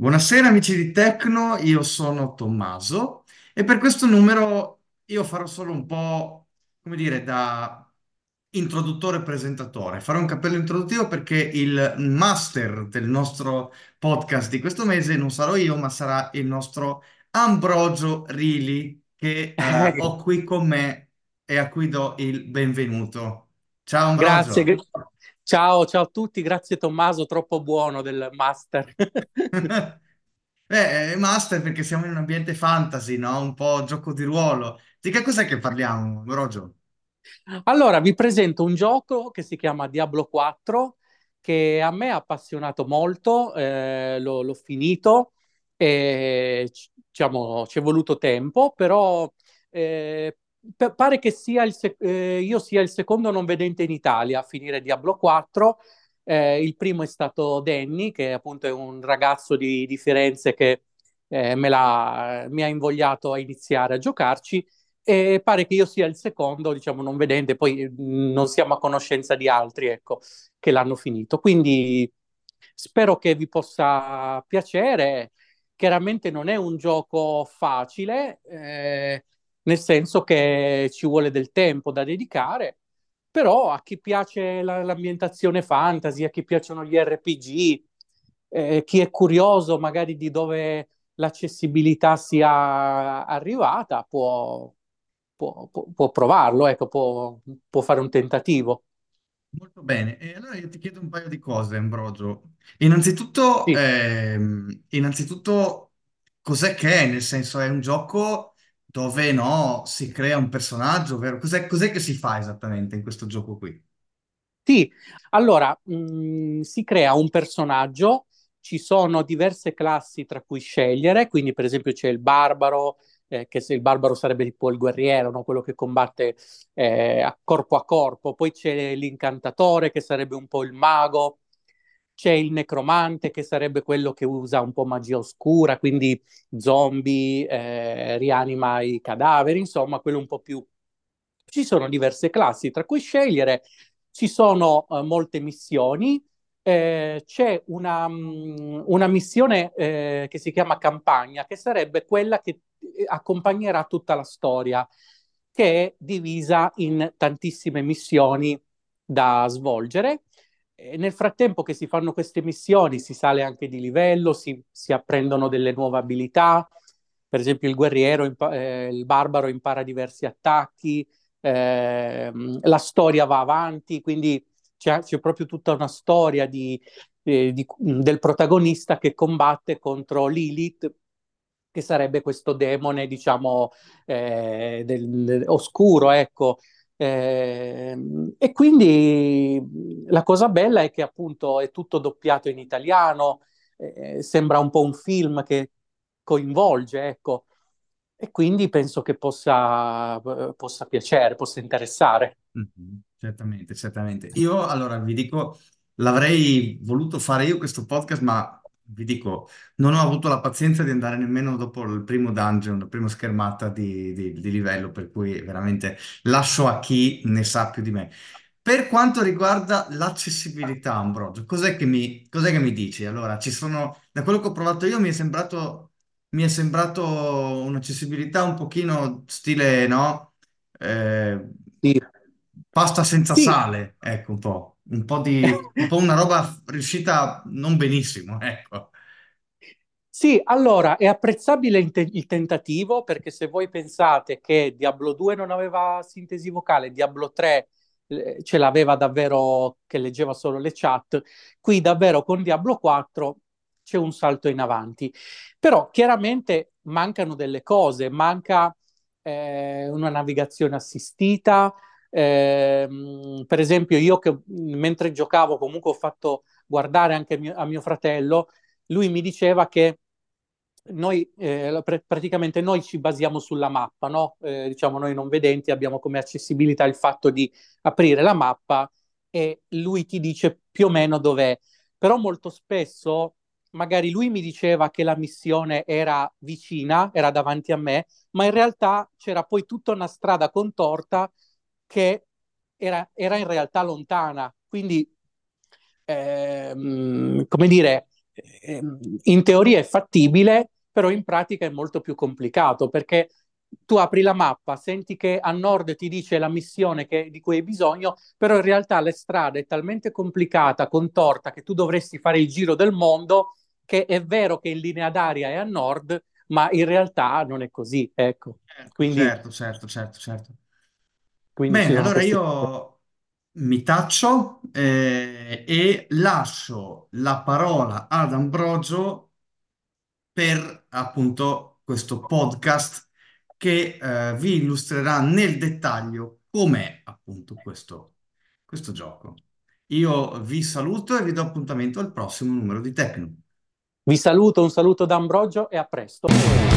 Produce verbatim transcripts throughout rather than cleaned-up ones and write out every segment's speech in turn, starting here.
Buonasera amici di Tecno, io sono Tommaso e per questo numero io farò solo un po', come dire, da introduttore presentatore. Farò un cappello introduttivo perché il master del nostro podcast di questo mese non sarò io, ma sarà il nostro Ambrogio Rili che eh, ho qui con me e a cui do il benvenuto. Ciao Grazie, Ambrogio. gr- ciao, ciao a tutti, grazie Tommaso, troppo buono del master. Beh, è master perché siamo in un ambiente fantasy, no? Un po' gioco di ruolo. Di che cos'è che parliamo, Brojo? Allora, vi presento un gioco che si chiama Diablo quattro, che a me ha appassionato molto, eh, l'ho, l'ho finito, e c- diciamo, ci è voluto tempo, però eh, p- pare che sia il sec- eh, io sia il secondo non vedente in Italia a finire Diablo quattro. Eh, il primo è stato Danny, che appunto è un ragazzo di, di Firenze che eh, me l'ha- mi ha invogliato a iniziare a giocarci. E pare che io sia il secondo, diciamo, non vedente, poi mh, non siamo a conoscenza di altri, ecco, che l'hanno finito. Quindi spero che vi possa piacere. Chiaramente non è un gioco facile, eh, nel senso che ci vuole del tempo da dedicare, però a chi piace la- l'ambientazione fantasy, a chi piacciono gli R P G, eh, chi è curioso magari di dove l'accessibilità sia arrivata, può, può- può- può provarlo, ecco, può, può fare un tentativo. Molto bene. E allora io ti chiedo un paio di cose, Ambrogio. Innanzitutto, Sì, ehm, innanzitutto, cos'è che è? Nel senso, è un gioco dove, no, si crea un personaggio, vero? Cos'è, cos'è che si fa esattamente in questo gioco qui? sì. Allora, mh, si crea un personaggio, ci sono diverse classi tra cui scegliere, quindi per esempio c'è il barbaro, eh, che se il barbaro sarebbe tipo il guerriero, no? Quello che combatte eh, a corpo a corpo, poi c'è l'incantatore che sarebbe un po' il mago, c'è il necromante che sarebbe quello che usa un po' magia oscura, quindi zombie, eh, rianima i cadaveri, insomma, quello un po' più. Ci sono diverse classi tra cui scegliere, ci sono eh, molte missioni, eh, c'è una, mh, una missione eh, che si chiama campagna, che sarebbe quella che eh, accompagnerà tutta la storia, che è divisa in tantissime missioni da svolgere. E nel frattempo che si fanno queste missioni si sale anche di livello, si, si apprendono delle nuove abilità. Per esempio, il guerriero, impa- eh, il barbaro impara diversi attacchi, ehm, la storia va avanti, quindi c'è, c'è proprio tutta una storia di, eh, di- del protagonista che combatte contro Lilith, che sarebbe questo demone, diciamo, eh, del, del- oscuro, ecco. Ehm, e quindi la cosa bella è che appunto è tutto doppiato in italiano, eh, sembra un po' un film che coinvolge, ecco, e quindi penso che possa, possa piacere, possa interessare. Mhm. Certamente, certamente. Io allora vi dico, l'avrei voluto fare io questo podcast, ma vi dico, non ho avuto la pazienza di andare nemmeno dopo il primo dungeon, la prima schermata di, di- di livello, per cui veramente lascio a chi ne sa più di me. Per quanto riguarda l'accessibilità, Ambrogio, cos'è che mi, cos'è che mi dici? Allora, ci sono, da quello che ho provato io, mi è sembrato, mi è sembrato un'accessibilità un pochino stile, no? Eh, Sì, pasta senza sì, sale, ecco un po', un po' di, un po' una roba riuscita non benissimo, ecco. sì, allora è apprezzabile il, te- il tentativo perché se voi pensate che Diablo due non aveva sintesi vocale, Diablo tre eh, ce l'aveva davvero che leggeva solo le chat, qui davvero con Diablo quattro c'è un salto in avanti. Però chiaramente mancano delle cose, manca eh, una navigazione assistita. Ehm, per esempio, io che mentre giocavo comunque ho fatto guardare anche mio- a mio fratello, lui mi diceva che noi eh, pr- praticamente noi ci basiamo sulla mappa, no? Eh, diciamo noi non vedenti abbiamo come accessibilità il fatto di aprire la mappa e lui ti dice più o meno dov'è. Però molto spesso magari lui mi diceva che la missione era vicina, era davanti a me, ma in realtà c'era poi tutta una strada contorta che era, era in realtà lontana. Quindi, ehm, come dire, eh, in teoria è fattibile, però in pratica è molto più complicato, perché tu apri la mappa, senti che a nord ti dice la missione che, di cui hai bisogno, però in realtà la strada è talmente complicata, contorta, che tu dovresti fare il giro del mondo, che è vero che in linea d'aria è a nord, ma in realtà non è così, ecco. Certo, Quindi, certo, certo, certo, certo. quindi ci Bene, sono allora queste... io mi taccio eh, e lascio la parola ad Ambrogio per appunto questo podcast che eh, vi illustrerà nel dettaglio com'è appunto questo, questo gioco. Io vi saluto e vi do appuntamento al prossimo numero di Tecno. Vi saluto, un saluto da Ambrogio e a presto.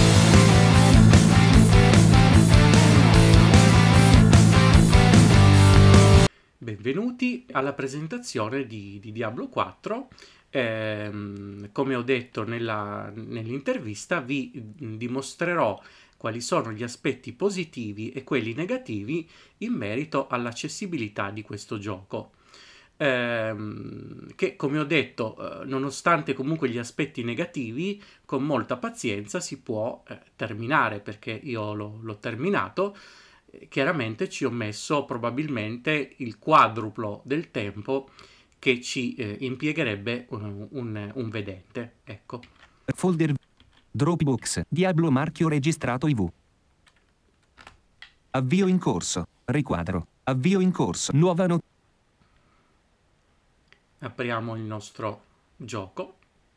Benvenuti alla presentazione di, di Diablo quattro. Ehm, come ho detto nella- nell'intervista, vi dimostrerò quali sono gli aspetti positivi e quelli negativi in merito all'accessibilità di questo gioco. Ehm, che, come ho detto, eh, nonostante comunque gli aspetti negativi, con molta pazienza si può eh, terminare, perché io l'ho l'ho terminato. Eh, Chiaramente ci ho messo probabilmente il quadruplo del tempo che ci eh, impiegherebbe un, un- un vedente. Ecco. Folder Dropbox Diablo marchio registrato I V. Avvio in corso. Riquadro. Avvio in corso. Nuova not- Apriamo il nostro gioco.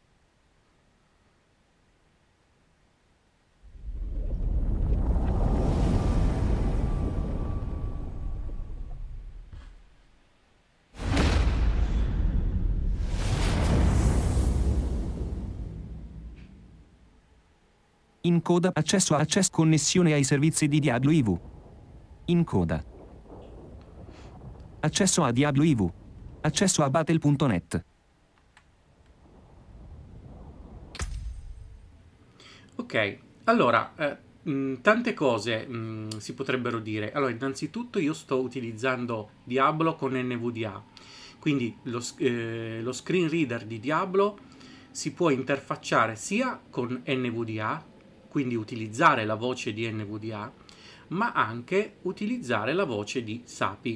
In coda accesso a accesso connessione ai servizi di Diablo I V. In coda. Accesso a Diablo I V. Accesso a battle punto net. Ok, allora, eh, mh, tante cose mh, si potrebbero dire. Allora, innanzitutto io sto utilizzando Diablo con N V D A, quindi lo, s- eh, lo screen reader di Diablo si può interfacciare sia con N V D A, quindi utilizzare la voce di N V D A, ma anche utilizzare la voce di SAPI.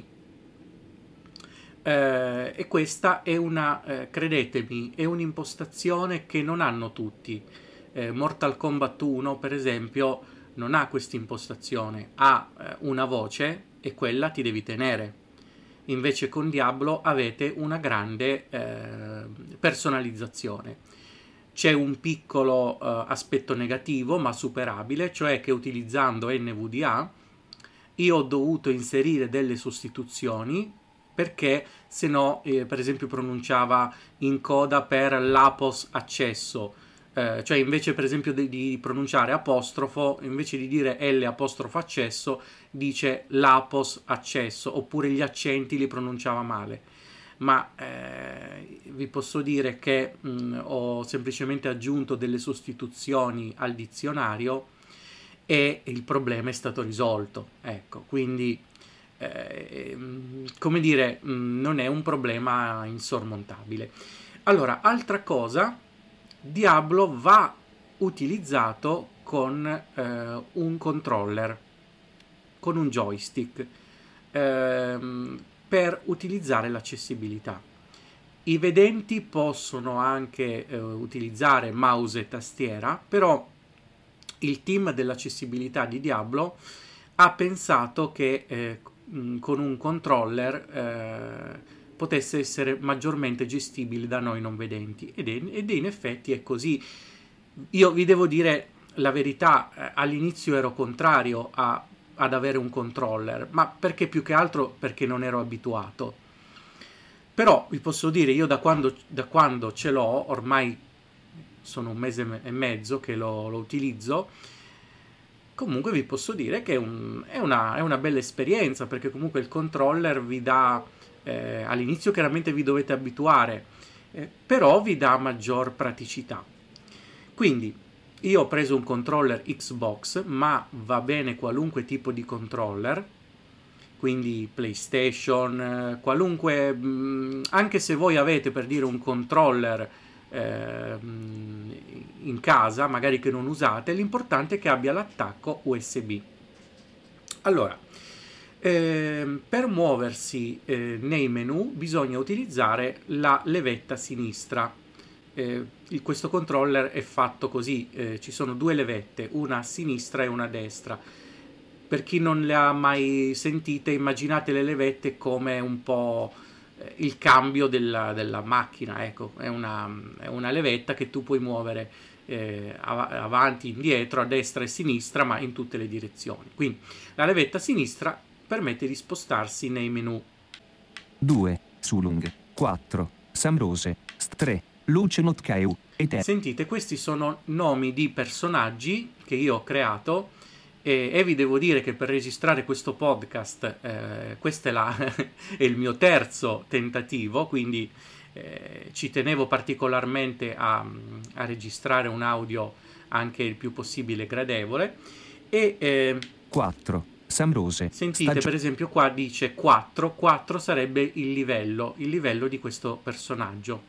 Eh, e questa è una, eh, credetemi, è un'impostazione che non hanno tutti. Eh, Mortal Kombat uno, per esempio, non ha questa impostazione, ha eh, una voce e quella ti devi tenere. Invece con Diablo avete una grande eh, personalizzazione. C'è un piccolo eh, aspetto negativo, ma superabile, cioè che utilizzando N V D A io ho dovuto inserire delle sostituzioni perché se no, eh, per esempio, pronunciava in coda per l'apos accesso, eh, cioè invece per esempio di, di pronunciare apostrofo, invece di dire L apostrofo accesso, dice l'apos accesso, oppure gli accenti li pronunciava male. Ma eh, vi posso dire che mh, ho semplicemente aggiunto delle sostituzioni al dizionario e il problema è stato risolto. Ecco, quindi eh, come dire, mh, non è un problema insormontabile. Allora, altra cosa, Diablo va utilizzato con eh, un controller, con un joystick, ehm, per utilizzare l'accessibilità. I vedenti possono anche eh, utilizzare mouse e tastiera, però il team dell'accessibilità di Diablo ha pensato che eh, con un controller eh, potesse essere maggiormente gestibile da noi non vedenti, ed, è, ed in effetti è così. Io vi devo dire la verità, eh, all'inizio ero contrario a, ad avere un controller, ma perché più che altro perché non ero abituato. Però vi posso dire, io da quando, da quando ce l'ho, ormai sono un mese e mezzo che lo, lo utilizzo, comunque vi posso dire che è, un- è una, è una bella esperienza, perché comunque il controller vi dà, eh, all'inizio chiaramente vi dovete abituare, eh, però vi dà maggior praticità. Quindi io ho preso un controller Xbox, ma va bene qualunque tipo di controller, quindi PlayStation, eh, qualunque, mh, anche se voi avete per dire un controller ehm, in casa, magari che non usate, l'importante è che abbia l'attacco U S B. Allora, ehm, per muoversi eh, nei menu bisogna utilizzare la levetta sinistra. Eh, il- questo controller è fatto così, eh, ci sono due levette, una a sinistra e una a destra. Per chi non le ha mai sentite, immaginate le levette come un po' eh, il cambio della, della macchina, ecco, è una, è una levetta che tu puoi muovere eh, av- avanti, indietro, a destra e a sinistra, ma in tutte le direzioni. Quindi la levetta a sinistra permette di spostarsi nei menu. due. Sulung. quattro. Samrose. St tre. Luce Notkeu. E te. Sentite, questi sono nomi di personaggi che io ho creato e, e vi devo dire che per registrare questo podcast, eh, questo è, la, è il mio terzo tentativo, quindi eh, ci tenevo particolarmente a, a registrare un audio anche il più possibile gradevole e eh, quattro. Samrose. sentite, Stagio- per esempio qua dice quattro, quattro sarebbe il livello, il livello di questo personaggio.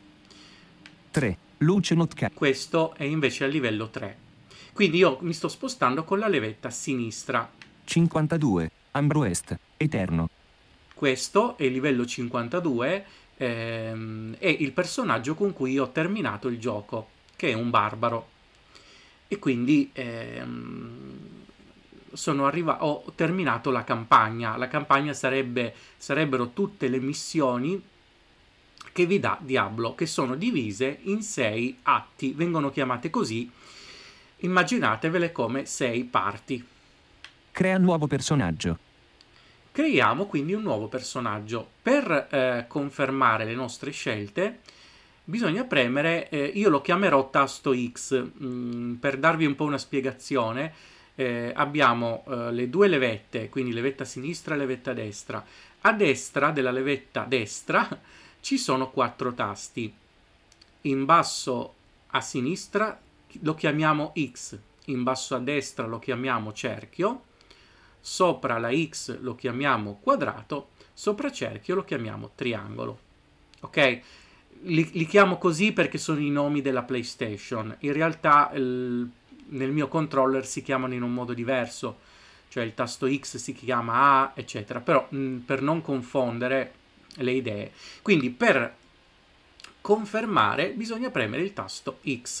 tre. Luce Notkeu. Questo è invece al livello tre. Quindi io mi sto spostando con la levetta a sinistra. cinquantadue. Ambroest. Eterno. Questo è il livello cinquantadue, ehm, è il personaggio con cui ho terminato il gioco, che è un barbaro. E quindi ehm, sono arriva- ho terminato la campagna. La campagna sarebbe, sarebbero tutte le missioni che vi dà Diablo, che sono divise in sei atti, vengono chiamate così. Immaginatevele come sei parti. Crea nuovo personaggio. Creiamo quindi un nuovo personaggio. Per eh, confermare le nostre scelte bisogna premere, eh, io lo chiamerò tasto X, mh, per darvi un po' una spiegazione. Eh, abbiamo eh, le due levette, quindi levetta sinistra e levetta destra. A destra della levetta destra ci sono quattro tasti. In basso a sinistra lo chiamiamo X, in basso a destra lo chiamiamo cerchio, sopra la X lo chiamiamo quadrato, sopra cerchio lo chiamiamo triangolo. Ok? Li, li chiamo così perché sono i nomi della PlayStation. In realtà il, nel mio controller si chiamano in un modo diverso, cioè il tasto X si chiama A, eccetera, però mh, per non confondere le idee. Quindi per confermare bisogna premere il tasto X.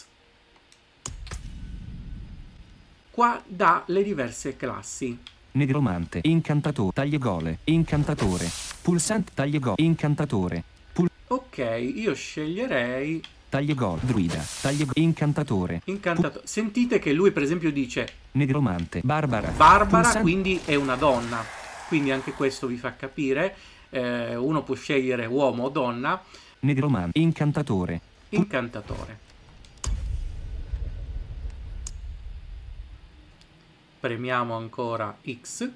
Qua dà le diverse classi. Negromante. Incantatore. Tagliegole. Incantatore. Pulsante. Tagliegole. Incantatore. Pul- Ok, io sceglierei Tagliegole. Druida. Tagliegole. Incantatore. incantatore. Sentite che lui per esempio dice Negromante. Barbara. Barbara, Pulsante. quindi è una donna. Quindi anche questo vi fa capire. Eh, uno può scegliere uomo o donna. Negromante. Incantatore. Incantatore. Premiamo ancora X.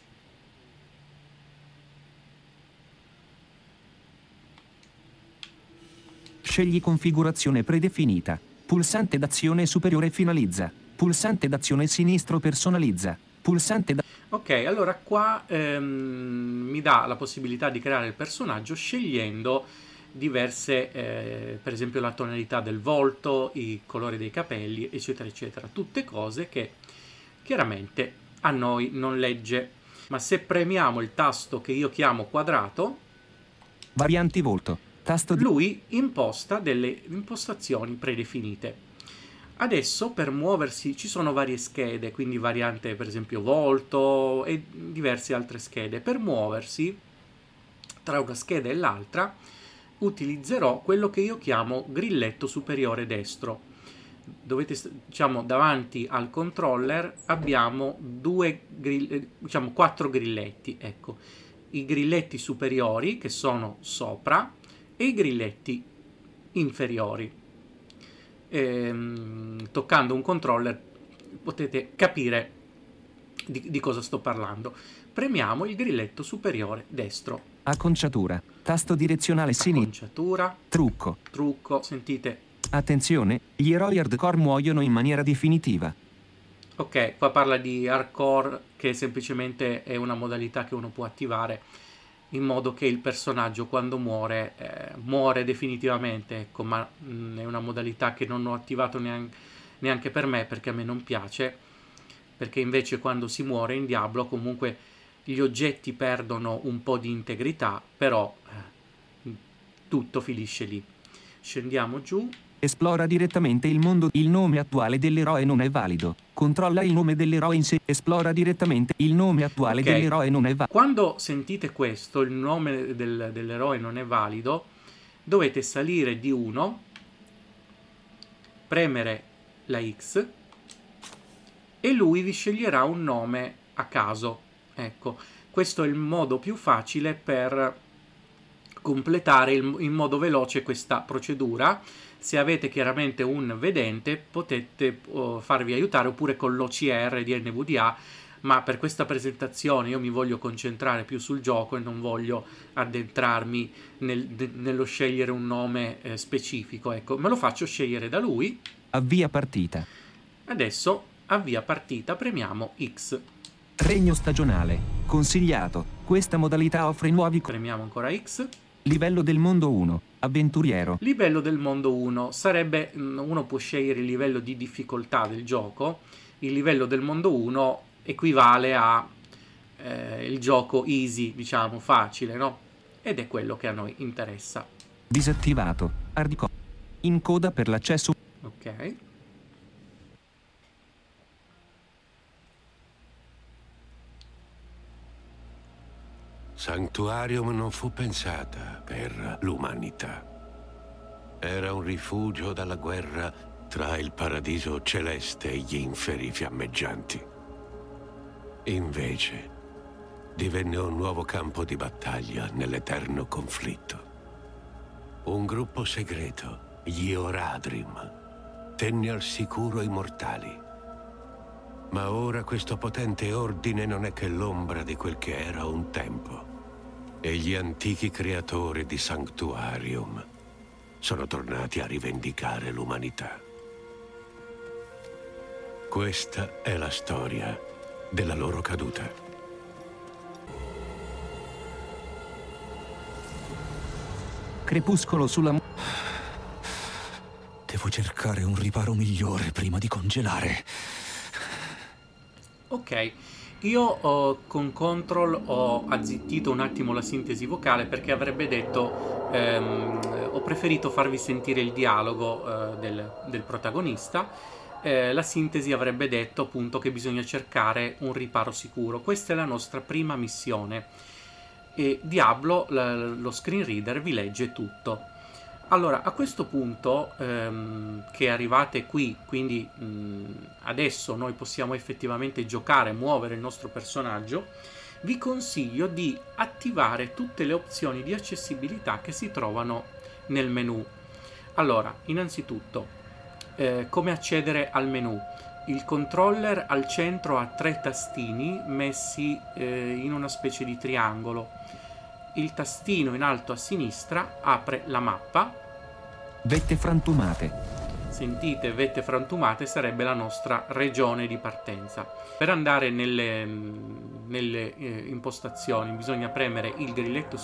Scegli configurazione predefinita. Pulsante d'azione superiore finalizza. Pulsante d'azione sinistro personalizza. Pulsante da... Ok, allora qua ehm, mi dà la possibilità di creare il personaggio scegliendo diverse, eh, per esempio la tonalità del volto, i colori dei capelli, eccetera, eccetera. Tutte cose che chiaramente a noi non legge. Ma se premiamo il tasto che io chiamo quadrato, Varianti volto. Tasto di... lui imposta delle impostazioni predefinite. Adesso per muoversi ci sono varie schede, quindi variante per esempio volto e diverse altre schede. Per muoversi tra una scheda e l'altra utilizzerò quello che io chiamo grilletto superiore destro. Dovete, diciamo, davanti al controller abbiamo due grill, diciamo quattro grilletti, ecco. I grilletti superiori che sono sopra e i grilletti inferiori. Ehm, toccando un controller potete capire di, di cosa sto parlando. Premiamo il grilletto superiore destro. Acconciatura. Tasto direzionale sinistro. Acconciatura, Trucco. trucco, sentite. Attenzione, gli eroi hardcore muoiono in maniera definitiva. Ok, qua parla di hardcore, che semplicemente è una modalità che uno può attivare in modo che il personaggio quando muore eh, muore definitivamente, ecco, ma mh, è una modalità che non ho attivato neanche, neanche per me, perché a me non piace, perché invece quando si muore in Diablo comunque gli oggetti perdono un po' di integrità, però eh, tutto finisce lì. Scendiamo giù. Esplora direttamente il mondo. Il nome attuale dell'eroe non è valido. Controlla il nome dell'eroe in sé. Esplora direttamente. Il nome attuale Ok. dell'eroe non è valido. Quando sentite questo, il nome del, dell'eroe non è valido, dovete salire di uno, premere la X e lui vi sceglierà un nome a caso. Ecco, questo è il modo più facile per completare il, in modo veloce questa procedura. Se avete chiaramente un vedente potete uh, farvi aiutare, oppure con l'O C R di N V D A, ma per questa presentazione io mi voglio concentrare più sul gioco e non voglio addentrarmi nel, de, nello scegliere un nome eh, specifico. Ecco, me lo faccio scegliere da lui. Avvia partita. Adesso avvia partita, premiamo X. Regno stagionale. Consigliato. Questa modalità offre nuovi... Premiamo ancora X. Livello del mondo uno. Avventuriero. Livello del mondo uno. Sarebbe... Uno può scegliere il livello di difficoltà del gioco. Il livello del mondo uno equivale a eh, il gioco easy, diciamo, facile, no? Ed è quello che a noi interessa. Disattivato. Hardcore. In coda per l'accesso. Ok. Sanctuarium non fu pensata per l'umanità. Era un rifugio dalla guerra tra il paradiso celeste e gli inferi fiammeggianti. Invece, divenne un nuovo campo di battaglia nell'eterno conflitto. Un gruppo segreto, gli Oradrim, tenne al sicuro i mortali. Ma ora questo potente ordine non è che l'ombra di quel che era un tempo. E gli antichi creatori di Sanctuarium sono tornati a rivendicare l'umanità. Questa è la storia della loro caduta. Crepuscolo sulla... Devo cercare un riparo migliore prima di congelare. Ok, io ho, con Control ho azzittito un attimo la sintesi vocale, perché avrebbe detto ehm, ho preferito farvi sentire il dialogo eh, del, del protagonista. Eh, la sintesi avrebbe detto appunto che bisogna cercare un riparo sicuro. Questa è la nostra prima missione e Diablo, la, lo screen reader, vi legge tutto. Allora, a questo punto ehm, che arrivate qui, quindi mh, adesso noi possiamo effettivamente giocare, muovere il nostro personaggio, vi consiglio di attivare tutte le opzioni di accessibilità che si trovano nel menu. Allora, innanzitutto, eh, come accedere al menu? Il controller al centro ha tre tastini messi eh, in una specie di triangolo. Il tastino in alto a sinistra apre la mappa. Vette frantumate. Sentite, vette frantumate sarebbe la nostra regione di partenza. Per andare nelle, nelle eh, impostazioni bisogna premere il grilletto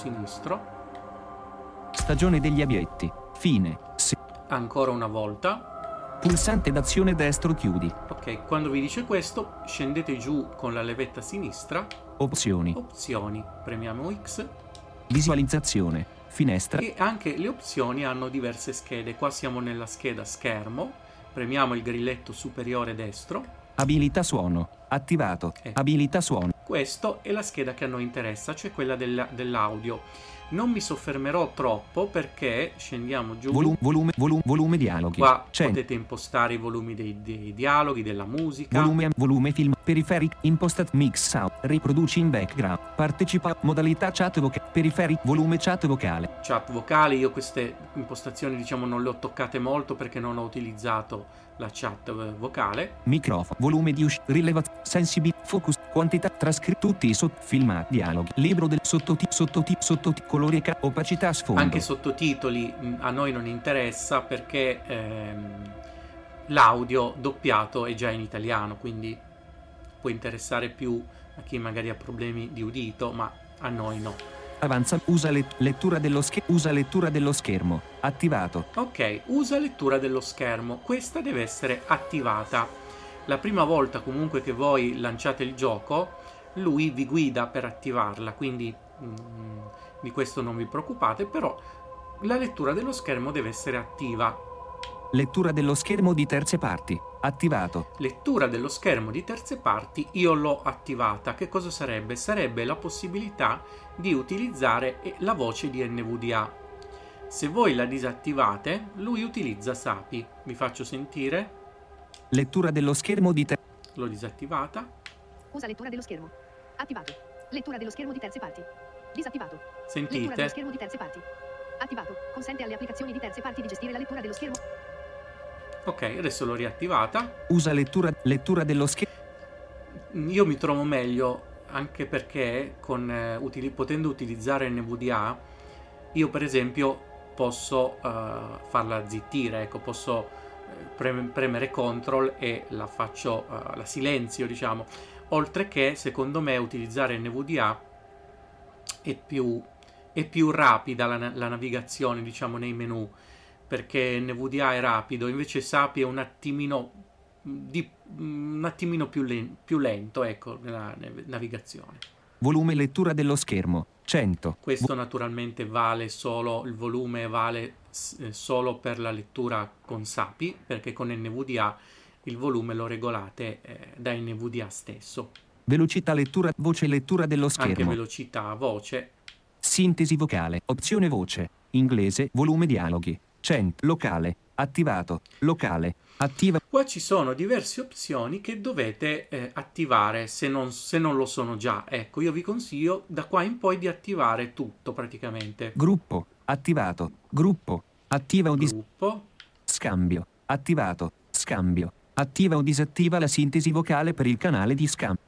sinistro. Stagione degli abietti. Fine. Se... Ancora una volta. Pulsante d'azione destro chiudi. Ok, quando vi dice questo scendete giù con la levetta sinistra. Opzioni. Opzioni. Premiamo X. Visualizzazione. Finestra. E anche le opzioni hanno diverse schede. Qua siamo nella scheda schermo. Premiamo il grilletto superiore destro. Abilità suono. Attivato. Eh. Abilità suono. Questa è la scheda che a noi interessa, cioè quella del, dell'audio. Non mi soffermerò troppo perché scendiamo giù. Volume, volume, volume, volume dialoghi. Qua Cent- potete impostare i volumi dei, dei dialoghi, della musica. Volume, volume film, periferic, impostat, mix sound, riproduci in background, partecipa, modalità chat vocale, periferic, volume chat vocale. Chat vocali, io queste impostazioni diciamo non le ho toccate molto perché non ho utilizzato la chat vocale. Microfono, volume di uscita, rilevazione, sensibilità, focus, quantità, trascritto, tutti i sottofilmati, dialoghi, libro del sottotitolo, sottotitolo, sottotitolo, colori e ca- opacità sfondo. Anche sottotitoli mh, a noi non interessa perché ehm, l'audio doppiato è già in italiano, quindi può interessare più a chi magari ha problemi di udito, ma a noi no. Avanza. Usa let- lettura dello schermo. Usa lettura dello schermo. Attivato. Ok, usa lettura dello schermo. Questa deve essere attivata. La prima volta comunque che voi lanciate il gioco, lui vi guida per attivarla, quindi mm, di questo non vi preoccupate, però la lettura dello schermo deve essere attiva. Lettura dello schermo di terze parti. Attivato. Lettura dello schermo di terze parti, io l'ho attivata. Che cosa sarebbe? Sarebbe la possibilità di utilizzare la voce di N V D A. Se voi la disattivate, lui utilizza S A P I. Vi faccio sentire. Lettura dello schermo di terze L'ho disattivata. Usa lettura dello schermo. Attivato. Lettura dello schermo di terze parti. Disattivato. Lettura dello Sentite? schermo di terze parti. Attivato. Consente alle applicazioni di terze parti di gestire la lettura dello schermo. Ok, adesso l'ho riattivata. Usa lettura. Lettura dello schermo. Io mi trovo meglio anche perché con, eh, utili- potendo utilizzare N V D A, io per esempio posso uh, farla zittire, ecco, posso eh, prem- premere control e la faccio, uh, la silenzio, diciamo. Oltre che, secondo me, utilizzare N V D A è più, è più rapida la, na- la navigazione, diciamo, nei menu, perché N V D A è rapido, invece S A P I è un attimino, di, un attimino più, len- più lento, ecco, nella nav- navigazione. Volume lettura dello schermo. cento. Questo naturalmente vale solo, il volume vale s- solo per la lettura con S A P I, perché con N V D A il volume lo regolate eh, da N V D A stesso. Velocità lettura. Voce lettura dello Anche schermo. velocità, voce. Sintesi vocale. Opzione voce. Inglese. Volume dialoghi. cento. Locale. Attivato. Locale. Attiva. Qua ci sono diverse opzioni che dovete eh, attivare se non, se non lo sono già. Ecco, io vi consiglio da qua in poi di attivare tutto praticamente. Gruppo. Attivato. Gruppo. Attiva o dis- Gruppo. Scambio. Attivato. Scambio. Attiva o disattiva la sintesi vocale per il canale di scambio.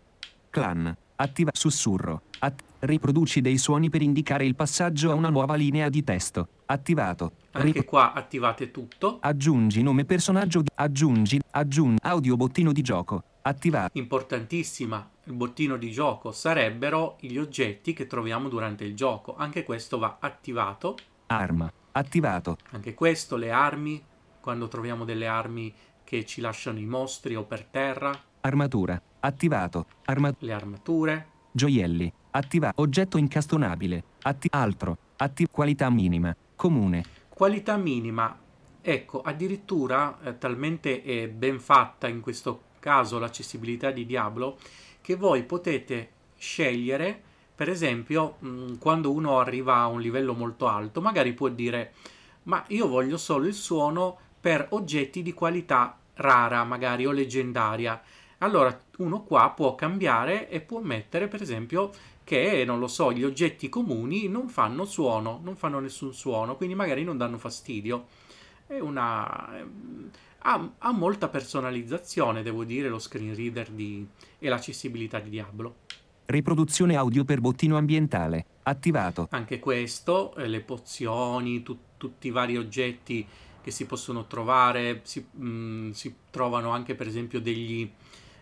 Clan. Attiva. Sussurro. Att- riproduci dei suoni per indicare il passaggio a una nuova linea di testo. Attivato. Anche Rip- qua attivate tutto. aggiungi nome personaggio. Di- aggiungi. Aggiungi. Audio bottino di gioco. Attivato. Importantissima, il bottino di gioco sarebbero gli oggetti che troviamo durante il gioco. Anche questo va attivato. Arma. Attivato. Anche questo, le armi, quando troviamo delle armi che ci lasciano i mostri o per terra. Armatura. Attivato. Arma- Le armature. gioielli. Attiva. Oggetto incastonabile. Atti- altro. Atti- qualità minima. Comune. Qualità minima. Ecco, addirittura eh, talmente è ben fatta in questo caso l'accessibilità di Diablo che voi potete scegliere, per esempio, mh, quando uno arriva a un livello molto alto, magari può dire: ma io voglio solo il suono per oggetti di qualità rara, magari, o leggendaria. Allora uno qua può cambiare e può mettere, per esempio, che, non lo so, gli oggetti comuni non fanno suono, non fanno nessun suono, quindi magari non danno fastidio. È una... ha, ha molta personalizzazione, devo dire, lo screen reader di... e l'accessibilità di Diablo. Riproduzione audio per bottino ambientale. Attivato. Anche questo, eh, le pozioni, tu- tutti i vari oggetti che si possono trovare, si, mh, si trovano anche per esempio degli...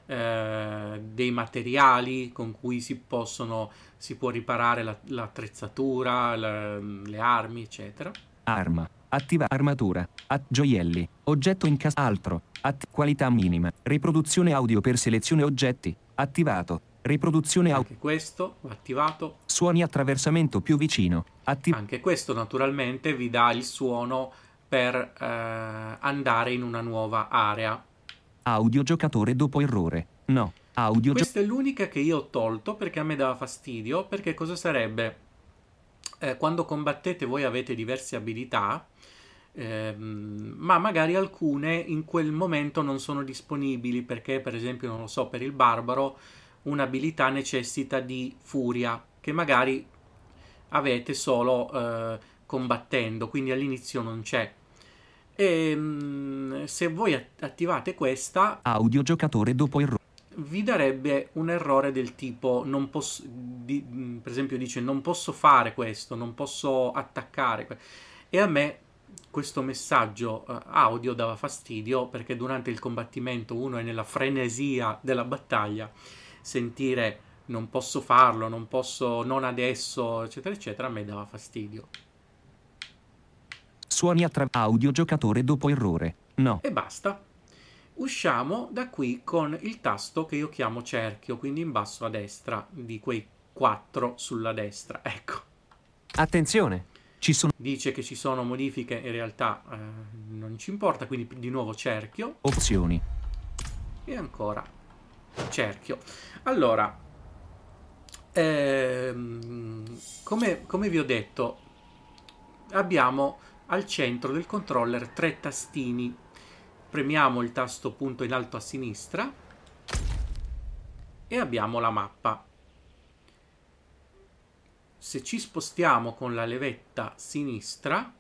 Eh, dei materiali con cui si possono si può riparare la, l'attrezzatura, la, le armi, eccetera. Arma. Attiva. Armatura. At- gioielli. Oggetto in cas- altro. Att- qualità minima. Riproduzione audio per selezione oggetti. Attivato. Riproduzione audio. Anche questo va attivato. Suoni attraversamento più vicino. Atti- Anche questo naturalmente vi dà il suono per eh, andare in una nuova area. audio giocatore dopo errore. No. Audio gio- Questa è l'unica che io ho tolto perché a me dava fastidio, perché cosa sarebbe? Eh, quando combattete voi avete diverse abilità, ehm, ma magari alcune in quel momento non sono disponibili perché, per esempio, non lo so, per il barbaro un'abilità necessita di furia che magari avete solo eh, combattendo, quindi all'inizio non c'è. E mh, se voi attivate questa, audio giocatore dopo errore. vi darebbe un errore del tipo non posso, di, per esempio dice non posso fare questo, non posso attaccare, e a me questo messaggio uh, audio dava fastidio perché durante il combattimento uno è nella frenesia della battaglia, sentire non posso farlo, non posso, non adesso, eccetera, eccetera, a me dava fastidio. Suoni attraverso audio giocatore dopo errore. No. E basta. Usciamo da qui con il tasto che io chiamo cerchio, quindi in basso a destra, di quei quattro sulla destra. Ecco. Attenzione! Ci sono Dice che ci sono modifiche, in realtà eh, non ci importa, quindi di nuovo cerchio. opzioni. E ancora cerchio. Allora, ehm, come, come vi ho detto, abbiamo al centro del controller tre tastini. Premiamo il tasto punto in alto a sinistra e abbiamo la mappa. Se ci spostiamo con la levetta sinistra,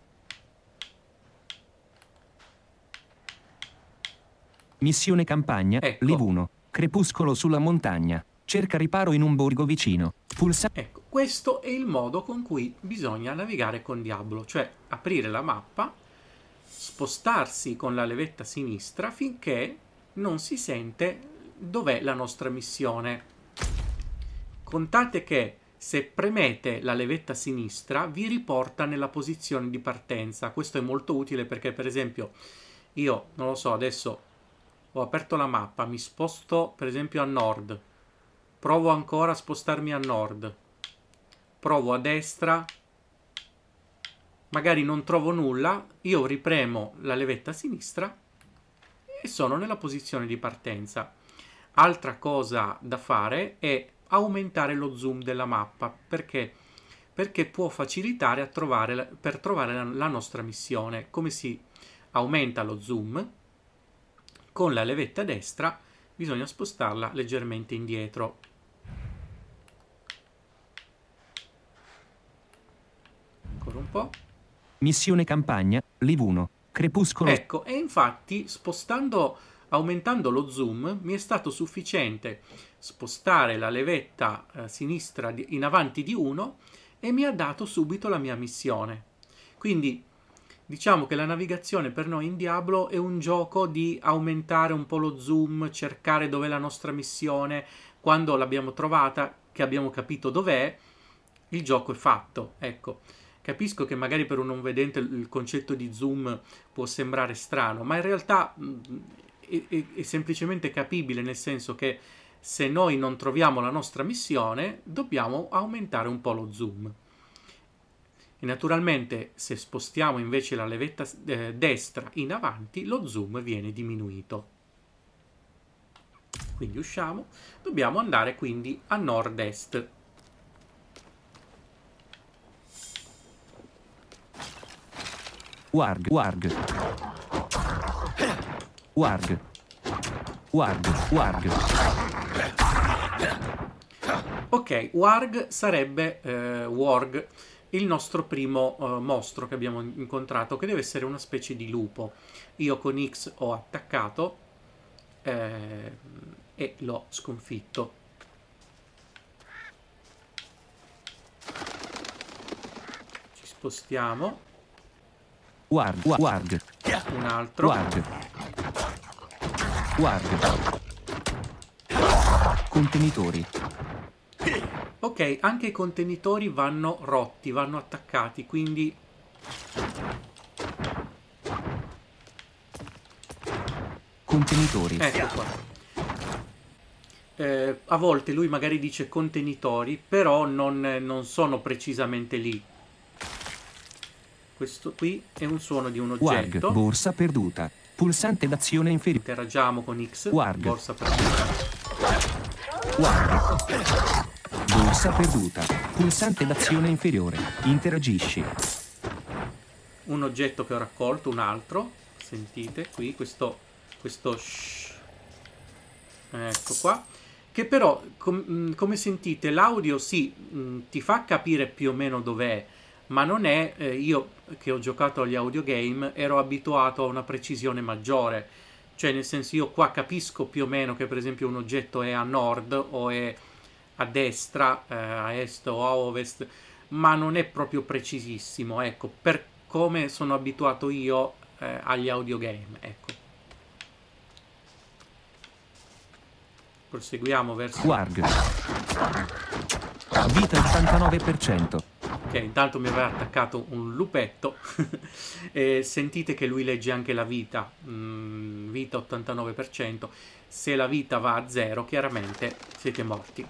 Missione campagna, ecco. Live uno. Crepuscolo sulla montagna. Cerca riparo in un borgo vicino. Pulsa Ecco, questo è il modo con cui bisogna navigare con Diablo, cioè aprire la mappa, spostarsi con la levetta sinistra finché non si sente dov'è la nostra missione. Contate che se premete la levetta sinistra vi riporta nella posizione di partenza. Questo è molto utile perché, per esempio, io, non lo so, adesso ho aperto la mappa, mi sposto per esempio a nord, provo ancora a spostarmi a nord, provo a destra, magari non trovo nulla, io ripremo la levetta a sinistra e sono nella posizione di partenza. Altra cosa da fare è aumentare lo zoom della mappa, perché perché può facilitare a trovare, per trovare la, la nostra missione. Come si aumenta lo zoom? Con la levetta destra bisogna spostarla leggermente indietro. Ancora un po'. Missione campagna, Live uno. Crepuscolo. Ecco, e infatti spostando, aumentando lo zoom, mi è stato sufficiente spostare la levetta eh, sinistra di, in avanti di uno e mi ha dato subito la mia missione. Quindi diciamo che la navigazione per noi in Diablo è un gioco di aumentare un po' lo zoom, cercare dov'è la nostra missione, quando l'abbiamo trovata, che abbiamo capito dov'è, il gioco è fatto, ecco. Capisco che magari per un non vedente il concetto di zoom può sembrare strano, ma in realtà mh, è, è, è semplicemente capibile, nel senso che se noi non troviamo la nostra missione, dobbiamo aumentare un po' lo zoom. E naturalmente se spostiamo invece la levetta eh, destra in avanti, lo zoom viene diminuito. Quindi usciamo, dobbiamo andare quindi a nord-est. Warg, warg. Warg. Warg, warg. Ok, warg sarebbe eh, warg, il nostro primo uh, mostro che abbiamo incontrato, che deve essere una specie di lupo. Io con X ho attaccato eh, e l'ho sconfitto. Ci spostiamo. Warg, warg. Un altro. Warg. Warg. Contenitori. Ok, anche i contenitori vanno rotti, vanno attaccati, quindi Contenitori. ecco qua. Eh, a volte lui magari dice contenitori, però non, non sono precisamente lì. Questo qui è un suono di un oggetto. Warg, borsa perduta. Pulsante d'azione inferiore. Interagiamo con X. Warg. Borsa perduta. Warg. Borsa perduta. Pulsante d'azione inferiore. Interagisci. Un oggetto che ho raccolto, un altro. Sentite qui questo, questo shh. Ecco qua. Che però, com- come sentite, l'audio sì, mh, ti fa capire più o meno dov'è, ma non è, eh, io che ho giocato agli audiogame ero abituato a una precisione maggiore, cioè nel senso io qua capisco più o meno che per esempio un oggetto è a nord o è a destra, eh, a est o a ovest, ma non è proprio precisissimo, ecco, per come sono abituato io eh, agli audiogame, ecco. Proseguiamo verso... Warg. Vita ottantanove per cento. Ok, intanto mi aveva attaccato un lupetto. E sentite che lui legge anche la vita. Mm, vita ottantanove per cento. Se la vita va a zero, chiaramente siete morti.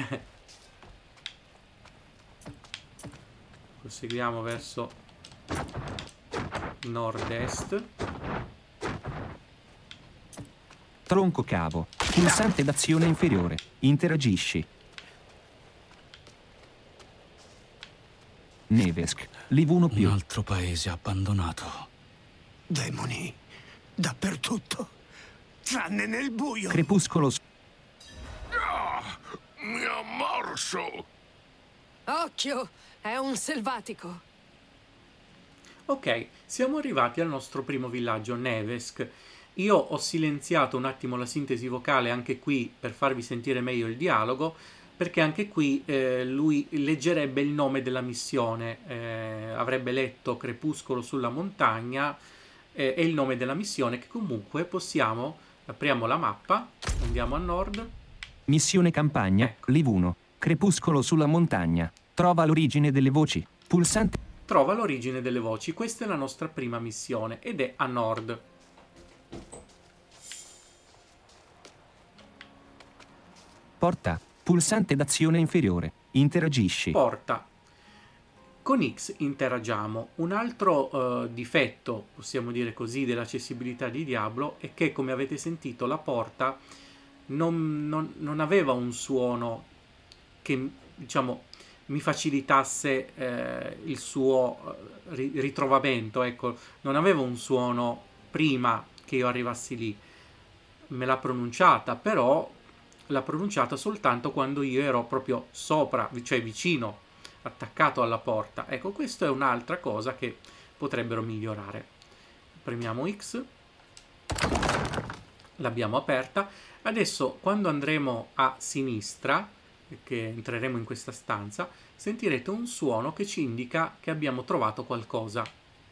Proseguiamo verso nord-est. Tronco cavo. Pulsante d'azione inferiore. Interagisci. Nevesk. Liv uno più. Un altro paese abbandonato. Demoni dappertutto, tranne nel buio. Crepuscolo. s- Mi ha morso. Occhio, è un selvatico. Ok, siamo arrivati al nostro primo villaggio, Nevesk. Io ho silenziato un attimo la sintesi vocale anche qui per farvi sentire meglio il dialogo, perché anche qui eh, lui leggerebbe il nome della missione, eh, avrebbe letto Crepuscolo sulla montagna eh, e il nome della missione, che comunque possiamo, apriamo la mappa, andiamo a nord. Missione campagna. Ecco. Liv uno. Crepuscolo sulla montagna. Trova l'origine delle voci. Pulsante. Trova l'origine delle voci. Questa è la nostra prima missione ed è a nord. Porta. Pulsante d'azione inferiore. Interagisci. Porta. Con X interagiamo. Un altro eh, difetto, possiamo dire così, dell'accessibilità di Diablo è che, come avete sentito, la porta non, non- non aveva un suono che, diciamo, mi facilitasse eh, il suo eh, ri- ritrovamento. Ecco, non aveva un suono prima che io arrivassi lì. Me l'ha pronunciata, però l'ha pronunciata soltanto quando io ero proprio sopra, cioè vicino, attaccato alla porta. Ecco, questa è un'altra cosa che potrebbero migliorare. Premiamo X, l'abbiamo aperta. Adesso, quando andremo a sinistra, che entreremo in questa stanza, sentirete un suono che ci indica che abbiamo trovato qualcosa.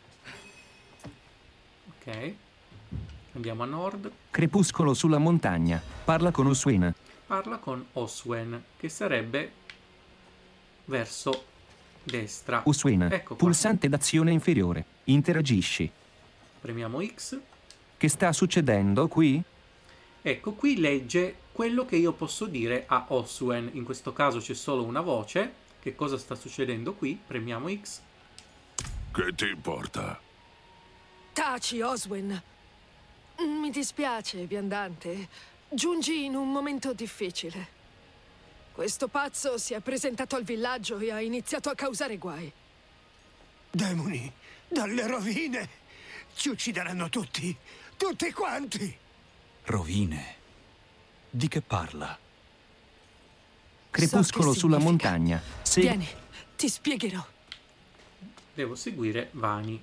Ok, andiamo a nord. Crepuscolo sulla montagna. Parla con Oswin. Parla con Oswen, che sarebbe verso destra. Oswin. Ecco qua. Pulsante d'azione inferiore. Interagisci. Premiamo X. Che sta succedendo qui? Ecco, qui legge quello che io posso dire a Oswen. In questo caso c'è solo una voce. Che cosa sta succedendo qui? Premiamo X. Che ti importa? Taci, Oswin. Mi dispiace, viandante. Giungi in un momento difficile. Questo pazzo si è presentato al villaggio e ha iniziato a causare guai. Demoni dalle rovine ci uccideranno tutti, tutti quanti. Rovine. Di che parla? Crepuscolo So che sulla significa. montagna. Se... Vieni, ti spiegherò. Devo seguire Vani.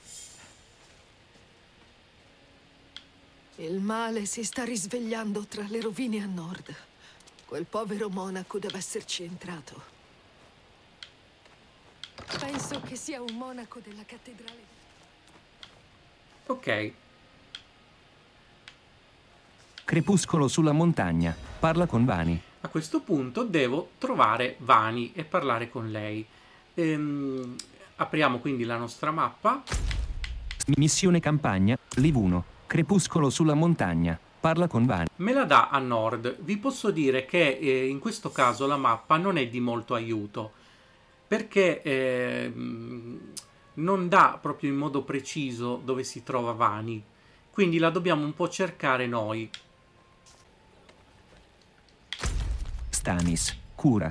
Il male si sta risvegliando tra le rovine a nord. Quel povero monaco deve esserci entrato. Penso che sia un monaco della cattedrale. Ok, Crepuscolo sulla montagna. Parla con Vani. a questo punto devo trovare Vani e parlare con lei. Ehm, apriamo quindi la nostra mappa. Missione campagna. Liv uno. Crepuscolo sulla montagna. Parla con Vani. Me la dà a nord. Vi posso dire che eh, in questo caso la mappa non è di molto aiuto, perché ehm, non dà proprio in modo preciso dove si trova Vani, quindi la dobbiamo un po' cercare noi. Stanis. Cura.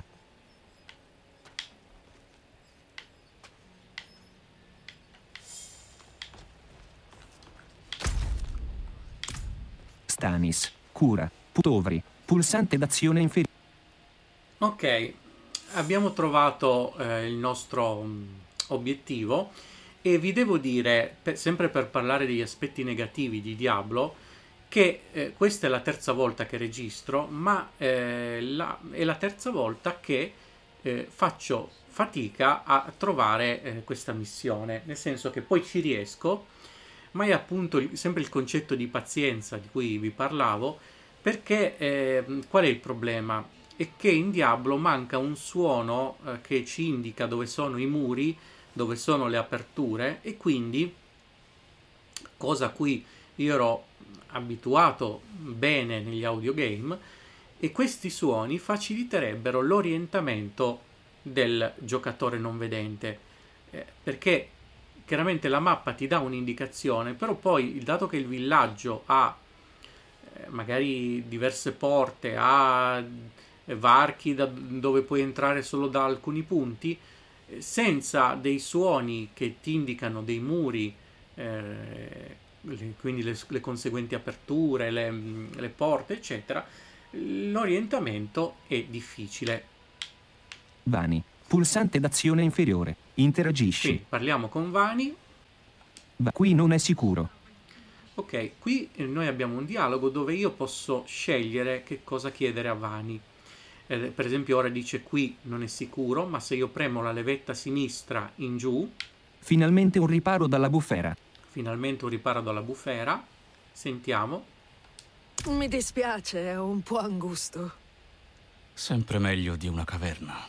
Stanis. Cura. Putovri. Pulsante d'azione inferiore. Ok, abbiamo trovato eh, il nostro mh, obiettivo e vi devo dire, per- sempre per parlare degli aspetti negativi di Diablo, che eh, questa è la terza volta che registro, ma eh, la- è la terza volta che eh, faccio fatica a trovare eh, questa missione, nel senso che poi ci riesco, ma è appunto il- sempre il concetto di pazienza di cui vi parlavo, Perché eh, qual è il problema? È che in Diablo manca un suono eh, che ci indica dove sono i muri, dove sono le aperture, e quindi, cosa a cui io ero abituato bene negli audiogame, e questi suoni faciliterebbero l'orientamento del giocatore non vedente, eh, perché chiaramente la mappa ti dà un'indicazione, però poi, dato che il villaggio ha eh, magari diverse porte, ha eh, varchi da dove puoi entrare solo da alcuni punti, eh, senza dei suoni che ti indicano dei muri, eh, le- quindi le, le conseguenti aperture, le, le porte, eccetera, l'orientamento è difficile. Vani. Pulsante d'azione inferiore. Interagisci. Quindi parliamo con Vani. Va- Qui non è sicuro. Ok, qui eh, noi abbiamo un dialogo dove io posso scegliere che cosa chiedere a Vani. Eh, per esempio ora dice qui non è sicuro, ma se io premo la levetta sinistra in giù, Finalmente un riparo dalla bufera. finalmente un riparo dalla bufera. Sentiamo. Mi dispiace, è un po' angusto. Sempre meglio di una caverna.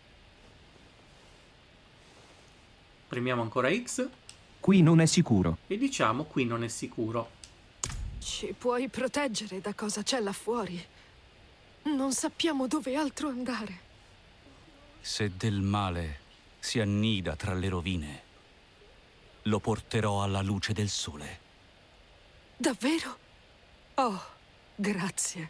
Premiamo ancora X Qui non è sicuro. e diciamo qui non è sicuro. Ci puoi proteggere da cosa c'è là fuori? Non sappiamo dove altro andare. Se del male si annida tra le rovine, lo porterò alla luce del sole. Davvero? Oh, grazie.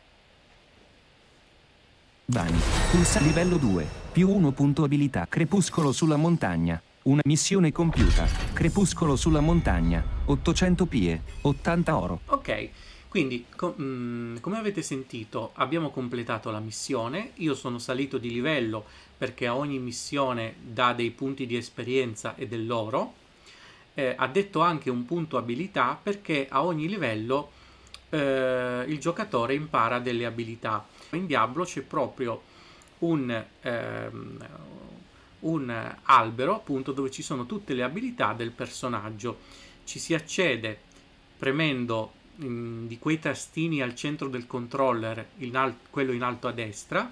Vani. Pulsa livello due. Più uno punto abilità. Crepuscolo sulla montagna. Una missione compiuta. Crepuscolo sulla montagna. ottocento pie. ottanta oro. Ok, quindi co- mm, come avete sentito abbiamo completato la missione. Io sono salito di livello perché a ogni missione dà dei punti di esperienza e dell'oro. Eh, ha detto anche un punto abilità perché a ogni livello eh, il giocatore impara delle abilità. In Diablo c'è proprio un, ehm, un albero appunto dove ci sono tutte le abilità del personaggio. Ci si accede premendo mm, di quei tastini al centro del controller, in al- quello in alto a destra.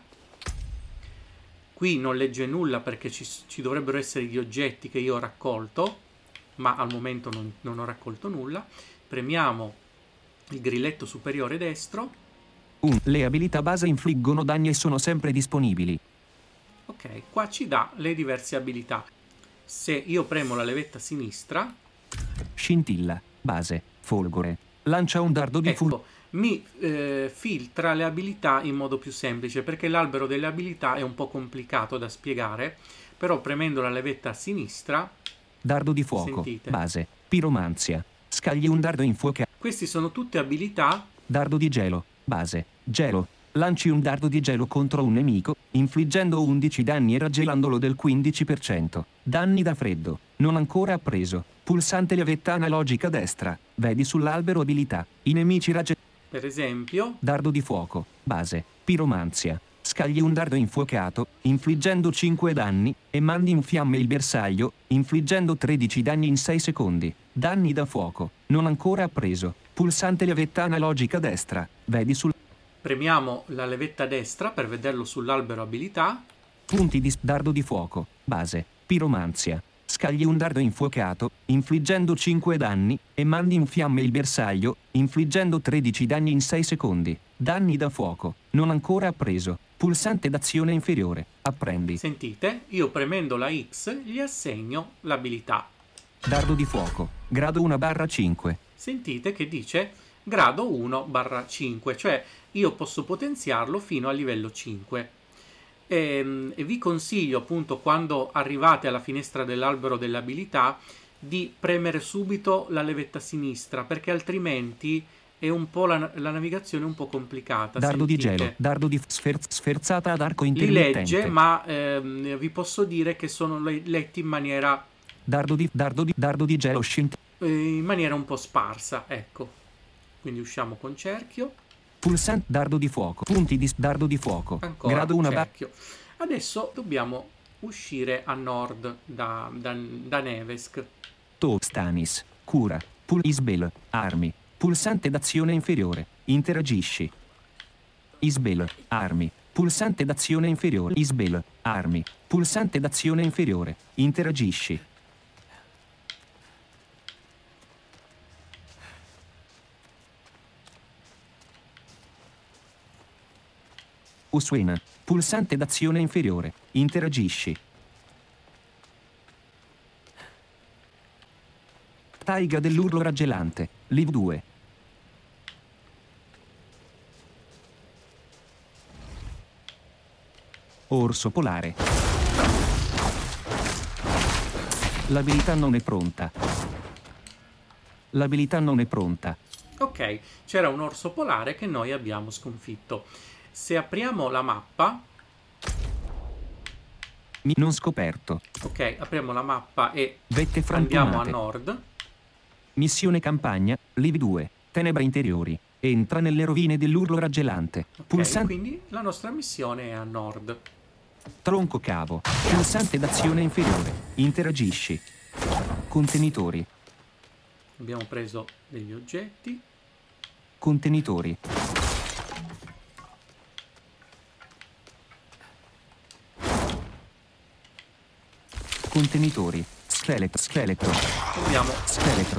Qui non legge nulla perché ci, ci dovrebbero essere gli oggetti che io ho raccolto, ma al momento non, non ho raccolto nulla. Premiamo il grilletto superiore destro. uno. Le abilità base infliggono danni e sono sempre disponibili. Ok, qua ci dà le diverse abilità. Se io premo la levetta sinistra, Scintilla. Base. Folgore. Lancia un dardo di ful... ecco, mi eh, filtra le abilità in modo più semplice, perché l'albero delle abilità è un po' complicato da spiegare, però premendo la levetta a sinistra, Dardo di fuoco. Sentite. Base. Piromanzia. Scagli un dardo infuocato. queste sono tutte abilità. Dardo di gelo. Base. Gelo. Lanci un dardo di gelo contro un nemico, infliggendo undici danni e raggelandolo del quindici per cento. Danni da freddo. Non ancora appreso. Pulsante levetta analogica destra. Vedi sull'albero abilità. I nemici ragge... Per esempio, Dardo di fuoco. Base. Piromanzia. Scagli un dardo infuocato, infliggendo cinque danni, e mandi in fiamme il bersaglio, infliggendo tredici danni in sei secondi. Danni da fuoco. Non ancora appreso. Pulsante levetta analogica destra. Vedi sul... premiamo la levetta destra per vederlo sull'albero abilità. Punti di dardo di fuoco. Base. Piromanzia. Scagli un dardo infuocato, infliggendo cinque danni, e mandi in fiamme il bersaglio, infliggendo tredici danni in sei secondi. Danni da fuoco. Non ancora appreso. Pulsante d'azione inferiore. Apprendi. Sentite, io premendo la X gli assegno l'abilità. Dardo di fuoco. Grado uno barra cinque. Sentite che dice grado uno barra cinque, cioè io posso potenziarlo fino a livello cinque. E, e vi consiglio appunto, quando arrivate alla finestra dell'albero delle abilità, di premere subito la levetta sinistra, perché altrimenti è un po' la, la navigazione è un po' complicata. Dardo di Sentite, gelo. Dardo di sfer- sferzata ad arco li intermittente. legge, ma ehm, vi posso dire che sono le- letti in maniera Dardo di dardo di dardo di gelo scint- eh, in maniera un po' sparsa, ecco. Quindi usciamo con cerchio. Pulsante dardo di fuoco. Punti di dardo di fuoco. Ancora Grado uno barra cerchio. Adesso dobbiamo uscire a nord da, da, da Nevesk. To Stanis. Cura. Pul Isbel. Armi. Pulsante d'azione inferiore. Interagisci. Isbel, armi, pulsante d'azione inferiore. Isbel, armi, pulsante d'azione inferiore. Interagisci. Uswin, pulsante d'azione inferiore. Interagisci. Taiga dell'urlo raggelante. Liv due. Orso polare. L'abilità non è pronta. L'abilità non è pronta. Ok, c'era un orso polare che noi abbiamo sconfitto. Se apriamo la mappa... Mi- non scoperto. Ok, apriamo la mappa e Vette frantumate. andiamo a nord. Missione campagna, Liv due, Tenebra interiori. Entra nelle rovine dell'urlo raggelante. Ok, Pulsante quindi la nostra missione è a nord. tronco cavo. Pulsante d'azione inferiore. Interagisci. Contenitori. Abbiamo preso degli oggetti. Contenitori. Contenitori. Scheletro. Scheletro. Abbiamo Scheletro.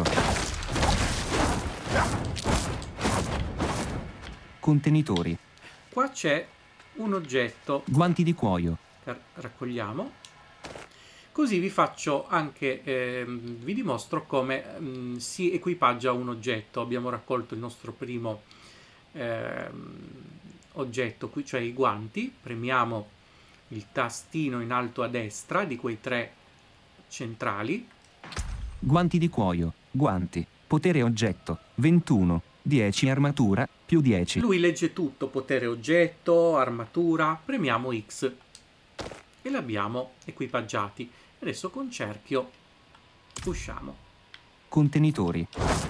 Contenitori. Qua c'è un oggetto Guanti di cuoio. che raccogliamo. Così vi faccio anche, ehm, vi dimostro come mh, si equipaggia un oggetto. Abbiamo raccolto il nostro primo ehm, oggetto qui, cioè i guanti. Premiamo il tastino in alto a destra di quei tre centrali. Guanti di cuoio. Guanti. Potere oggetto. ventuno. dieci armatura. Più dieci. Lui legge tutto, potere oggetto, armatura. Premiamo X e l'abbiamo equipaggiati. Adesso con cerchio usciamo. Contenitori.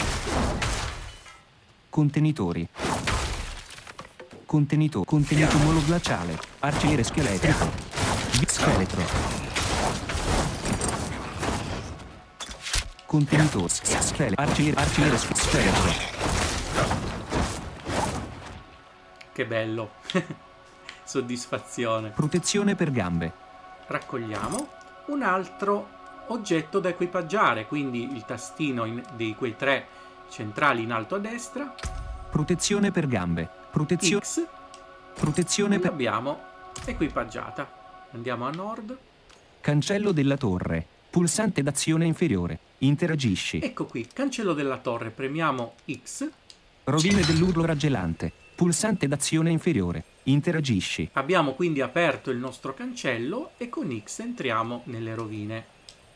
Contenitori. Contenito. Contenito mologlaciale. Arciere scheletrico. Scheletro. Contenitore. Scheletro. Arciere. Arciere scheletro. Che bello. Soddisfazione. Protezione per gambe. Raccogliamo un altro oggetto da equipaggiare, quindi il tastino in, di quei tre centrali in alto a destra. Protezione per gambe. Protezio- X protezione per l'abbiamo equipaggiata. Andiamo a nord. cancello della torre. Pulsante d'azione inferiore. Interagisci. Ecco qui, cancello della torre. Premiamo X. Rovine dell'urlo raggelante. Pulsante d'azione inferiore. Interagisci. Abbiamo quindi aperto il nostro cancello e con X entriamo nelle rovine.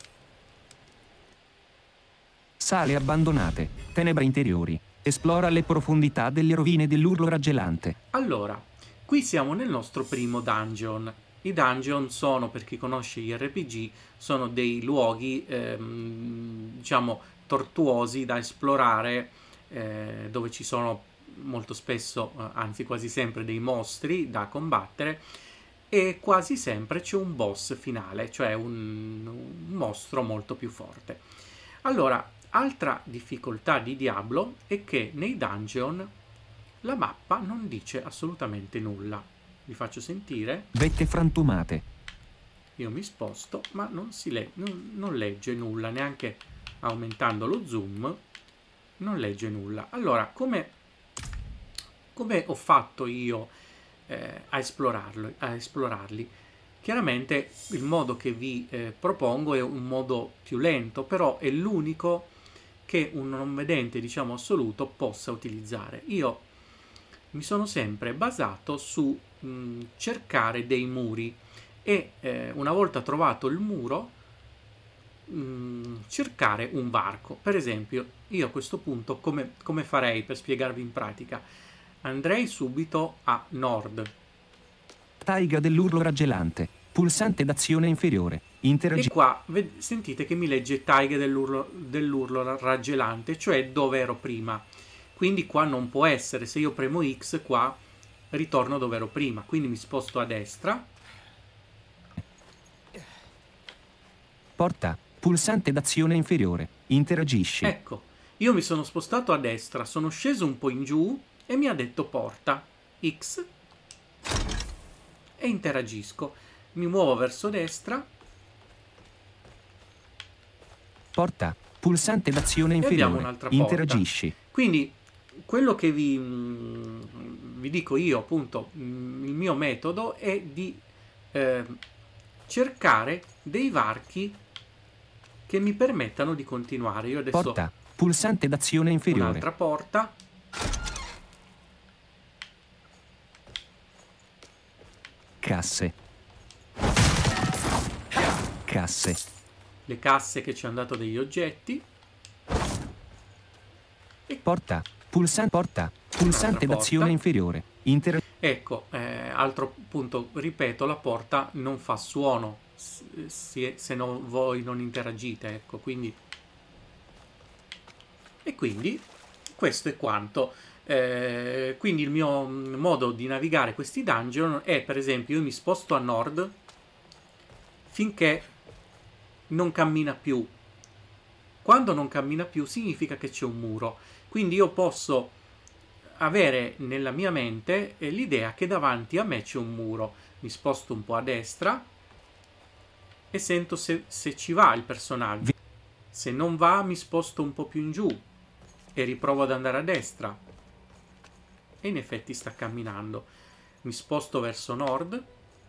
Sale abbandonate. Tenebra interiori. Esplora le profondità delle rovine dell'urlo raggelante. Allora, qui siamo nel nostro primo dungeon. I dungeon sono, per chi conosce gli R P G, sono dei luoghi, ehm, diciamo, tortuosi da esplorare, eh, dove ci sono molto spesso, eh, anzi quasi sempre, dei mostri da combattere e quasi sempre c'è un boss finale, cioè un, un mostro molto più forte. Allora, altra difficoltà di Diablo è che nei dungeon la mappa non dice assolutamente nulla. Vi faccio sentire. Vette frantumate. Io mi sposto, ma non si le- non, non legge nulla, neanche aumentando lo zoom, non legge nulla. Allora, come, come ho fatto io eh, a esplorarlo, a esplorarli? Chiaramente il modo che vi eh, propongo è un modo più lento, però è l'unico che un non vedente, diciamo, assoluto possa utilizzare. Io mi sono sempre basato su mh, cercare dei muri e eh, una volta trovato il muro mh, cercare un varco. Per esempio, io a questo punto come, come farei per spiegarvi in pratica? Andrei subito a nord. Taiga dell'urlo raggelante. Pulsante d'azione inferiore. Interagi- E qua ved- sentite che mi legge taghe dell'urlo, dell'urlo raggelante, cioè dove ero prima. Quindi qua non può essere, se io premo X qua ritorno dove ero prima, quindi mi sposto a destra. Porta. Pulsante d'azione inferiore. Interagisci. Ecco, io mi sono spostato a destra, sono sceso un po' in giù e mi ha detto porta. X e interagisco. Mi muovo verso destra. Porta. Pulsante d'azione E abbiamo inferiore. un'altra porta. Interagisci. Quindi quello che vi, mh, vi dico io, appunto, mh, il mio metodo è di eh, cercare dei varchi che mi permettano di continuare. Io adesso Porta. Pulsante d'azione inferiore. un'altra porta. Casse. Casse. Le casse che ci hanno dato degli oggetti. Porta. Pulsante porta. Pulsante Un'altra d'azione porta. inferiore. Intera- Ecco, eh, altro punto, ripeto, la porta non fa suono se, se no, voi non interagite, ecco, quindi... E quindi questo è quanto. Eh, quindi il mio modo di navigare questi dungeon è, per esempio, io mi sposto a nord finché non cammina più. Quando non cammina più significa che c'è un muro. Quindi io posso avere nella mia mente eh, l'idea che davanti a me c'è un muro. Mi sposto un po' a destra e sento se, se ci va il personaggio. Se non va mi sposto un po' più in giù e riprovo ad andare a destra. E in effetti sta camminando. Mi sposto verso nord,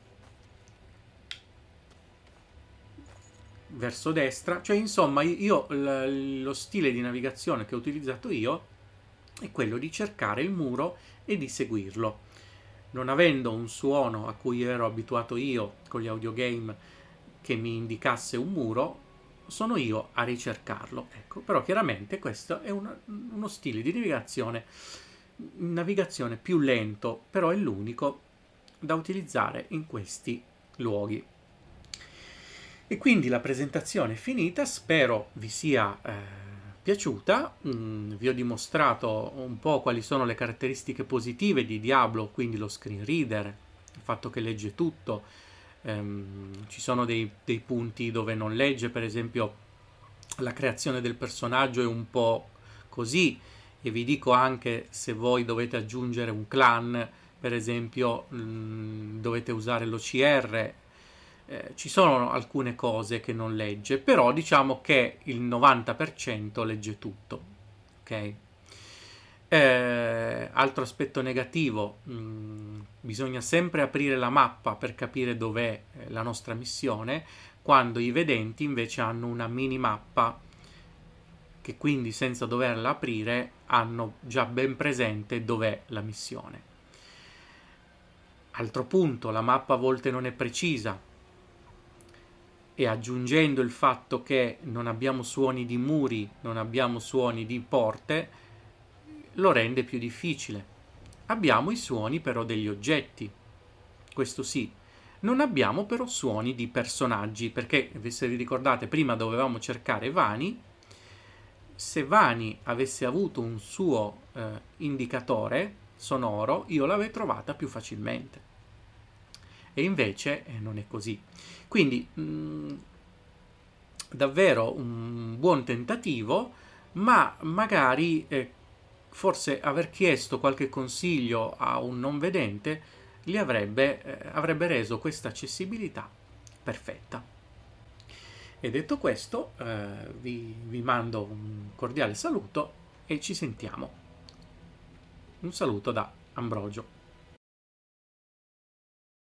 verso destra, cioè insomma io l- lo stile di navigazione che ho utilizzato io è quello di cercare il muro e di seguirlo. Non avendo un suono a cui ero abituato io con gli audiogame che mi indicasse un muro, sono io a ricercarlo. Ecco, però chiaramente questo è una, uno stile di navigazione navigazione più lento, però è l'unico da utilizzare in questi luoghi. E quindi la presentazione è finita, spero vi sia eh, piaciuta. Mm, vi ho dimostrato un po' quali sono le caratteristiche positive di Diablo, quindi lo screen reader, il fatto che legge tutto. Ehm, ci sono dei, dei punti dove non legge, per esempio la creazione del personaggio è un po' così. E vi dico anche, se voi dovete aggiungere un clan, per esempio, mh, dovete usare l'O C R, eh, ci sono alcune cose che non legge, però diciamo che il novanta per cento legge tutto. Ok? Eh, altro aspetto negativo, mh, bisogna sempre aprire la mappa per capire dov'è eh, la nostra missione, quando i vedenti invece hanno una minimappa che quindi senza doverla aprire hanno già ben presente dov'è la missione. Altro punto, la mappa a volte non è precisa e aggiungendo il fatto che non abbiamo suoni di muri, non abbiamo suoni di porte, lo rende più difficile. Abbiamo i suoni però degli oggetti, questo sì. Non abbiamo però suoni di personaggi, perché se vi ricordate prima dovevamo cercare Vani. Se Vani avesse avuto un suo eh, indicatore sonoro, io l'avrei trovata più facilmente. E invece eh, non è così. Quindi, mh, davvero un buon tentativo, ma magari eh, forse aver chiesto qualche consiglio a un non vedente gli avrebbe, eh, avrebbe reso questa accessibilità perfetta. E detto questo, eh, vi, vi mando un cordiale saluto e ci sentiamo. Un saluto da Ambrogio.